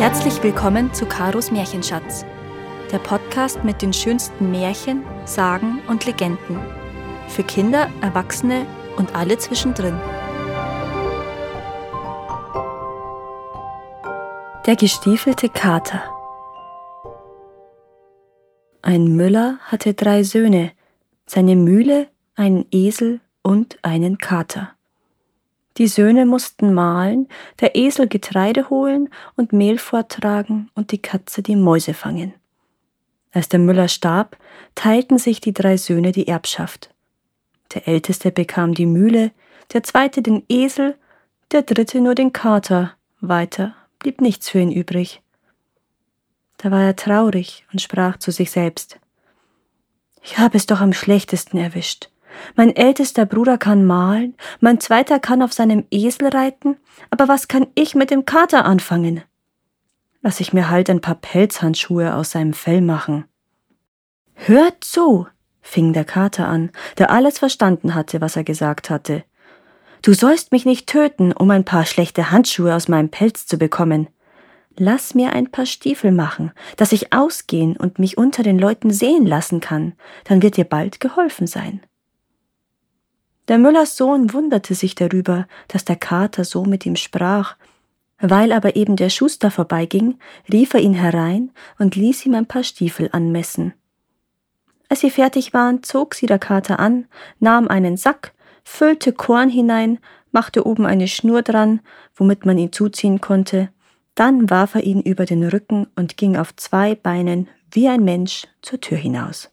Herzlich willkommen zu Karos Märchenschatz, der Podcast mit den schönsten Märchen, Sagen und Legenden. Für Kinder, Erwachsene und alle zwischendrin. Der gestiefelte Kater. Ein Müller hatte 3 Söhne, seine Mühle, einen Esel und einen Kater. Die Söhne mussten mahlen, der Esel Getreide holen und Mehl forttragen und die Katze die Mäuse fangen. Als der Müller starb, teilten sich die 3 Söhne die Erbschaft. Der Älteste bekam die Mühle, der Zweite den Esel, der Dritte nur den Kater, weiter blieb nichts für ihn übrig. Da war er traurig und sprach zu sich selbst: Ich habe es doch am schlechtesten erwischt. Mein ältester Bruder kann mahlen, mein zweiter kann auf seinem Esel reiten, aber was kann ich mit dem Kater anfangen? Lass ich mir halt ein paar Pelzhandschuhe aus seinem Fell machen. Hört zu, fing der Kater an, der alles verstanden hatte, was er gesagt hatte. Du sollst mich nicht töten, um ein paar schlechte Handschuhe aus meinem Pelz zu bekommen. Lass mir ein paar Stiefel machen, dass ich ausgehen und mich unter den Leuten sehen lassen kann, dann wird dir bald geholfen sein. Der Müllers Sohn wunderte sich darüber, dass der Kater so mit ihm sprach. Weil aber eben der Schuster vorbeiging, rief er ihn herein und ließ ihm ein paar Stiefel anmessen. Als sie fertig waren, zog sie der Kater an, nahm einen Sack, füllte Korn hinein, machte oben eine Schnur dran, womit man ihn zuziehen konnte. Dann warf er ihn über den Rücken und ging auf 2 Beinen wie ein Mensch zur Tür hinaus.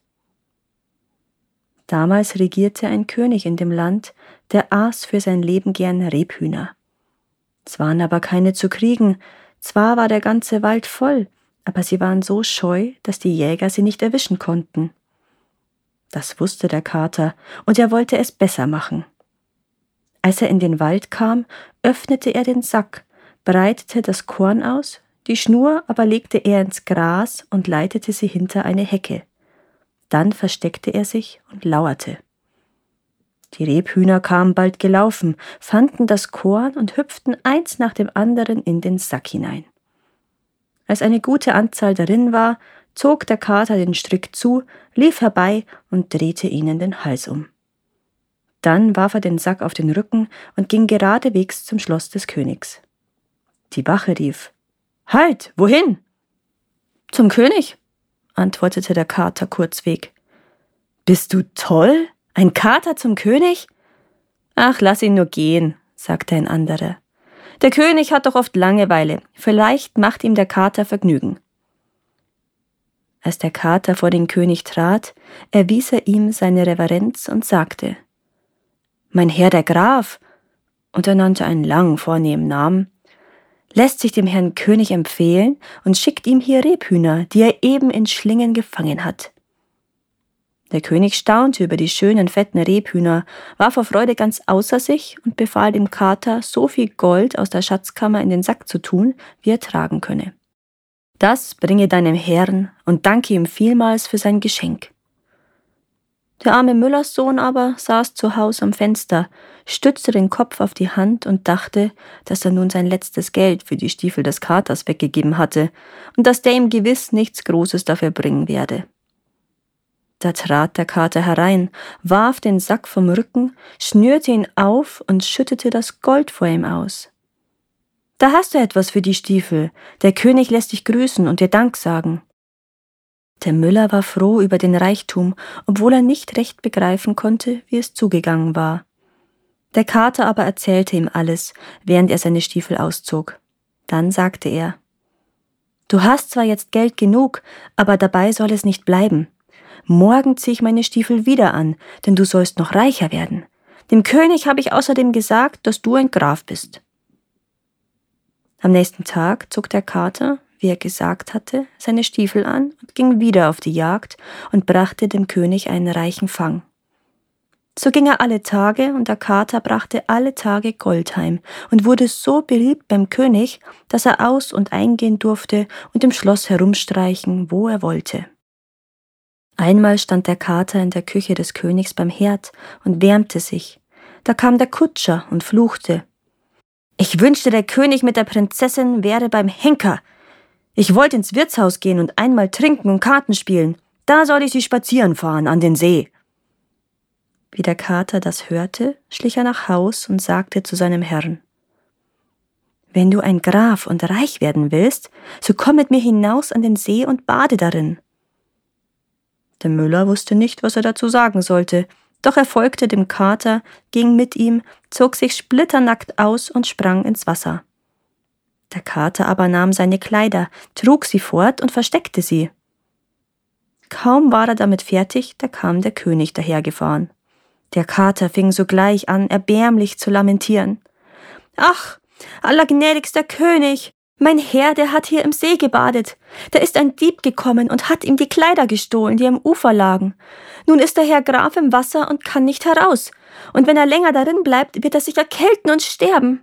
Damals regierte ein König in dem Land, der aß für sein Leben gern Rebhühner. Es waren aber keine zu kriegen, zwar war der ganze Wald voll, aber sie waren so scheu, dass die Jäger sie nicht erwischen konnten. Das wusste der Kater, und er wollte es besser machen. Als er in den Wald kam, öffnete er den Sack, breitete das Korn aus, die Schnur aber legte er ins Gras und leitete sie hinter eine Hecke. Dann versteckte er sich und lauerte. Die Rebhühner kamen bald gelaufen, fanden das Korn und hüpften eins nach dem anderen in den Sack hinein. Als eine gute Anzahl darin war, zog der Kater den Strick zu, lief herbei und drehte ihnen den Hals um. Dann warf er den Sack auf den Rücken und ging geradewegs zum Schloss des Königs. Die Wache rief: Halt, wohin? Zum König, antwortete der Kater kurzweg. Bist du toll? Ein Kater zum König? Ach, lass ihn nur gehen, sagte ein anderer. Der König hat doch oft Langeweile, vielleicht macht ihm der Kater Vergnügen. Als der Kater vor den König trat, erwies er ihm seine Reverenz und sagte: Mein Herr der Graf, und er nannte einen langen, vornehmen Namen, lässt sich dem Herrn König empfehlen und schickt ihm hier Rebhühner, die er eben in Schlingen gefangen hat. Der König staunte über die schönen, fetten Rebhühner, war vor Freude ganz außer sich und befahl dem Kater, so viel Gold aus der Schatzkammer in den Sack zu tun, wie er tragen könne. Das bringe deinem Herrn und danke ihm vielmals für sein Geschenk. Der arme Müllers Sohn aber saß zu Haus am Fenster, stützte den Kopf auf die Hand und dachte, dass er nun sein letztes Geld für die Stiefel des Katers weggegeben hatte und dass der ihm gewiss nichts Großes dafür bringen werde. Da trat der Kater herein, warf den Sack vom Rücken, schnürte ihn auf und schüttete das Gold vor ihm aus. Da hast du etwas für die Stiefel, der König lässt dich grüßen und dir Dank sagen. Der Müller war froh über den Reichtum, obwohl er nicht recht begreifen konnte, wie es zugegangen war. Der Kater aber erzählte ihm alles, während er seine Stiefel auszog. Dann sagte er: Du hast zwar jetzt Geld genug, aber dabei soll es nicht bleiben. Morgen ziehe ich meine Stiefel wieder an, denn du sollst noch reicher werden. Dem König habe ich außerdem gesagt, dass du ein Graf bist. Am nächsten Tag zog der Kater, wie er gesagt hatte, seine Stiefel an und ging wieder auf die Jagd und brachte dem König einen reichen Fang. So ging er alle Tage, und der Kater brachte alle Tage Gold heim und wurde so beliebt beim König, dass er aus- und eingehen durfte und im Schloss herumstreichen, wo er wollte. Einmal stand der Kater in der Küche des Königs beim Herd und wärmte sich. Da kam der Kutscher und fluchte: Ich wünschte, der König mit der Prinzessin wäre beim Henker. Ich wollte ins Wirtshaus gehen und einmal trinken und Karten spielen. Da soll ich Sie spazieren fahren an den See. Wie der Kater das hörte, schlich er nach Haus und sagte zu seinem Herrn: Wenn du ein Graf und reich werden willst, so komm mit mir hinaus an den See und bade darin. Der Müller wusste nicht, was er dazu sagen sollte, doch er folgte dem Kater, ging mit ihm, zog sich splitternackt aus und sprang ins Wasser. Der Kater aber nahm seine Kleider, trug sie fort und versteckte sie. Kaum war er damit fertig, da kam der König dahergefahren. Der Kater fing sogleich an, erbärmlich zu lamentieren. »Ach, allergnädigster König, mein Herr, der hat hier im See gebadet. Da ist ein Dieb gekommen und hat ihm die Kleider gestohlen, die am Ufer lagen. Nun ist der Herr Graf im Wasser und kann nicht heraus. Und wenn er länger darin bleibt, wird er sich erkälten und sterben.«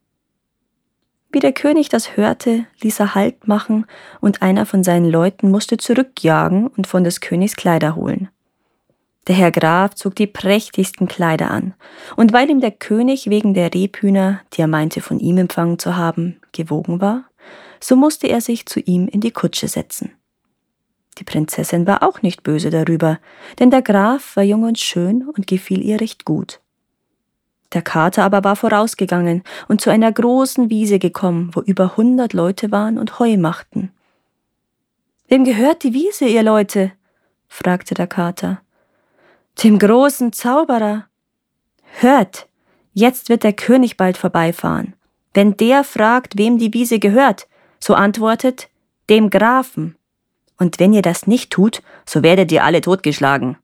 Wie der König das hörte, ließ er Halt machen, und einer von seinen Leuten musste zurückjagen und von des Königs Kleider holen. Der Herr Graf zog die prächtigsten Kleider an, und weil ihm der König wegen der Rebhühner, die er meinte von ihm empfangen zu haben, gewogen war, so musste er sich zu ihm in die Kutsche setzen. Die Prinzessin war auch nicht böse darüber, denn der Graf war jung und schön und gefiel ihr recht gut. Der Kater aber war vorausgegangen und zu einer großen Wiese gekommen, wo über 100 Leute waren und Heu machten. »Wem gehört die Wiese, ihr Leute?« fragte der Kater. »Dem großen Zauberer.« »Hört, jetzt wird der König bald vorbeifahren. Wenn der fragt, wem die Wiese gehört, so antwortet, dem Grafen. Und wenn ihr das nicht tut, so werdet ihr alle totgeschlagen.«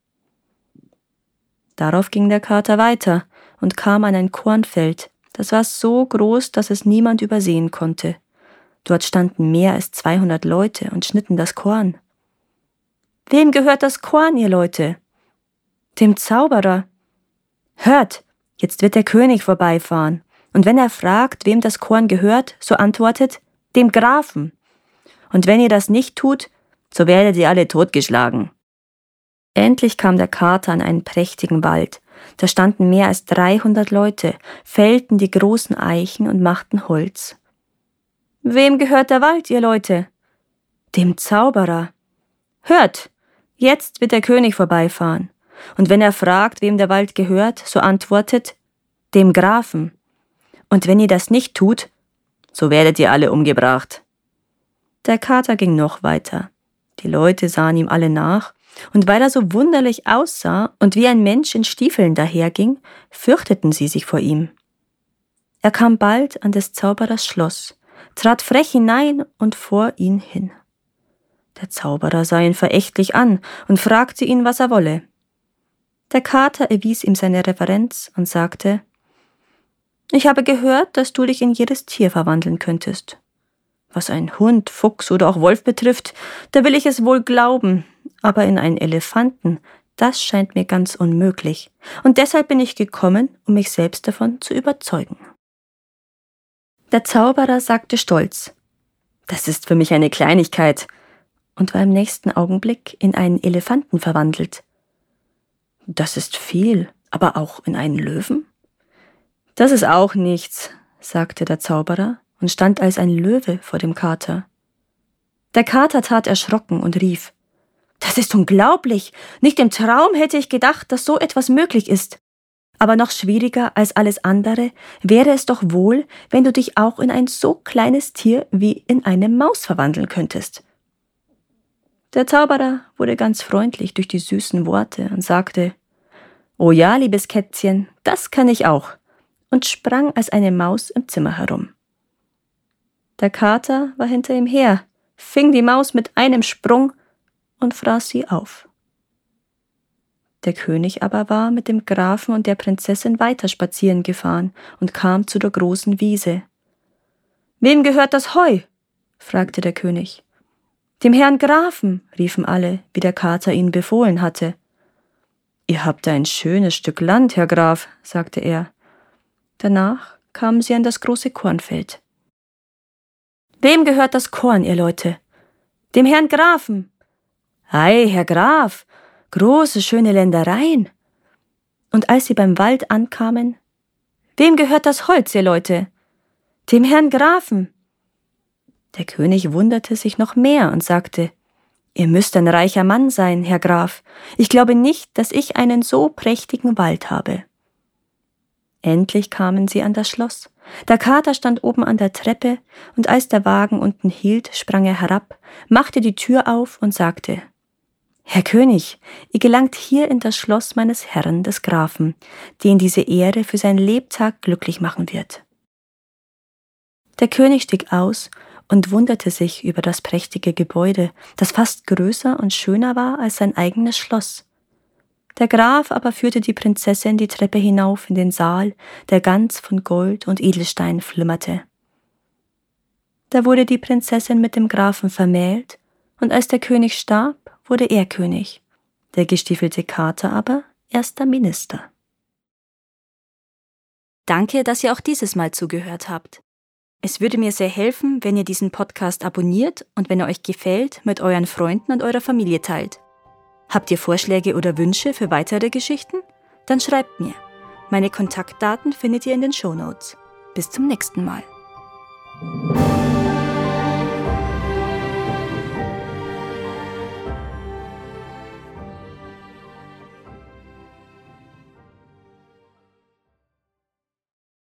Darauf ging der Kater weiter und kam an ein Kornfeld. Das war so groß, dass es niemand übersehen konnte. Dort standen mehr als 200 Leute und schnitten das Korn. »Wem gehört das Korn, ihr Leute?« »Dem Zauberer.« »Hört, jetzt wird der König vorbeifahren. Und wenn er fragt, wem das Korn gehört, so antwortet, dem Grafen. Und wenn ihr das nicht tut, so werdet ihr alle totgeschlagen.« Endlich kam der Kater an einen prächtigen Wald. Da standen mehr als 300 Leute, fällten die großen Eichen und machten Holz. »Wem gehört der Wald, ihr Leute?« »Dem Zauberer.« »Hört, jetzt wird der König vorbeifahren. Und wenn er fragt, wem der Wald gehört, so antwortet, dem Grafen. Und wenn ihr das nicht tut, so werdet ihr alle umgebracht.« Der Kater ging noch weiter. Die Leute sahen ihm alle nach, und weil er so wunderlich aussah und wie ein Mensch in Stiefeln daherging, fürchteten sie sich vor ihm. Er kam bald an des Zauberers Schloss, trat frech hinein und vor ihn hin. Der Zauberer sah ihn verächtlich an und fragte ihn, was er wolle. Der Kater erwies ihm seine Reverenz und sagte: »Ich habe gehört, dass du dich in jedes Tier verwandeln könntest. Was ein Hund, Fuchs oder auch Wolf betrifft, da will ich es wohl glauben, aber in einen Elefanten, das scheint mir ganz unmöglich, und deshalb bin ich gekommen, um mich selbst davon zu überzeugen.« Der Zauberer sagte stolz: »Das ist für mich eine Kleinigkeit«, und war im nächsten Augenblick in einen Elefanten verwandelt. »Das ist viel, aber auch in einen Löwen?« »Das ist auch nichts«, sagte der Zauberer und stand als ein Löwe vor dem Kater. Der Kater tat erschrocken und rief: »Das ist unglaublich! Nicht im Traum hätte ich gedacht, dass so etwas möglich ist. Aber noch schwieriger als alles andere wäre es doch wohl, wenn du dich auch in ein so kleines Tier wie in eine Maus verwandeln könntest.« Der Zauberer wurde ganz freundlich durch die süßen Worte und sagte: »Oh ja, liebes Kätzchen, das kann ich auch«, und sprang als eine Maus im Zimmer herum. Der Kater war hinter ihm her, fing die Maus mit einem Sprung und fraß sie auf. Der König aber war mit dem Grafen und der Prinzessin weiter spazieren gefahren und kam zu der großen Wiese. »Wem gehört das Heu?« fragte der König. »Dem Herrn Grafen«, riefen alle, wie der Kater ihnen befohlen hatte. »Ihr habt ein schönes Stück Land, Herr Graf«, sagte er. Danach kamen sie an das große Kornfeld. »Wem gehört das Korn, ihr Leute?« »Dem Herrn Grafen.« »Ei, Herr Graf, große, schöne Ländereien.« Und als sie beim Wald ankamen: »Wem gehört das Holz, ihr Leute?« »Dem Herrn Grafen.« Der König wunderte sich noch mehr und sagte: »Ihr müsst ein reicher Mann sein, Herr Graf. Ich glaube nicht, dass ich einen so prächtigen Wald habe.« Endlich kamen sie an das Schloss. Der Kater stand oben an der Treppe, und als der Wagen unten hielt, sprang er herab, machte die Tür auf und sagte: »Herr König, ihr gelangt hier in das Schloss meines Herrn, des Grafen, den diese Ehre für sein Lebtag glücklich machen wird.« Der König stieg aus und wunderte sich über das prächtige Gebäude, das fast größer und schöner war als sein eigenes Schloss. Der Graf aber führte die Prinzessin die Treppe hinauf in den Saal, der ganz von Gold und Edelstein flimmerte. Da wurde die Prinzessin mit dem Grafen vermählt, und als der König starb, wurde er König, der gestiefelte Kater aber erster Minister. Danke, dass ihr auch dieses Mal zugehört habt. Es würde mir sehr helfen, wenn ihr diesen Podcast abonniert und wenn er euch gefällt, mit euren Freunden und eurer Familie teilt. Habt ihr Vorschläge oder Wünsche für weitere Geschichten? Dann schreibt mir. Meine Kontaktdaten findet ihr in den Shownotes. Bis zum nächsten Mal.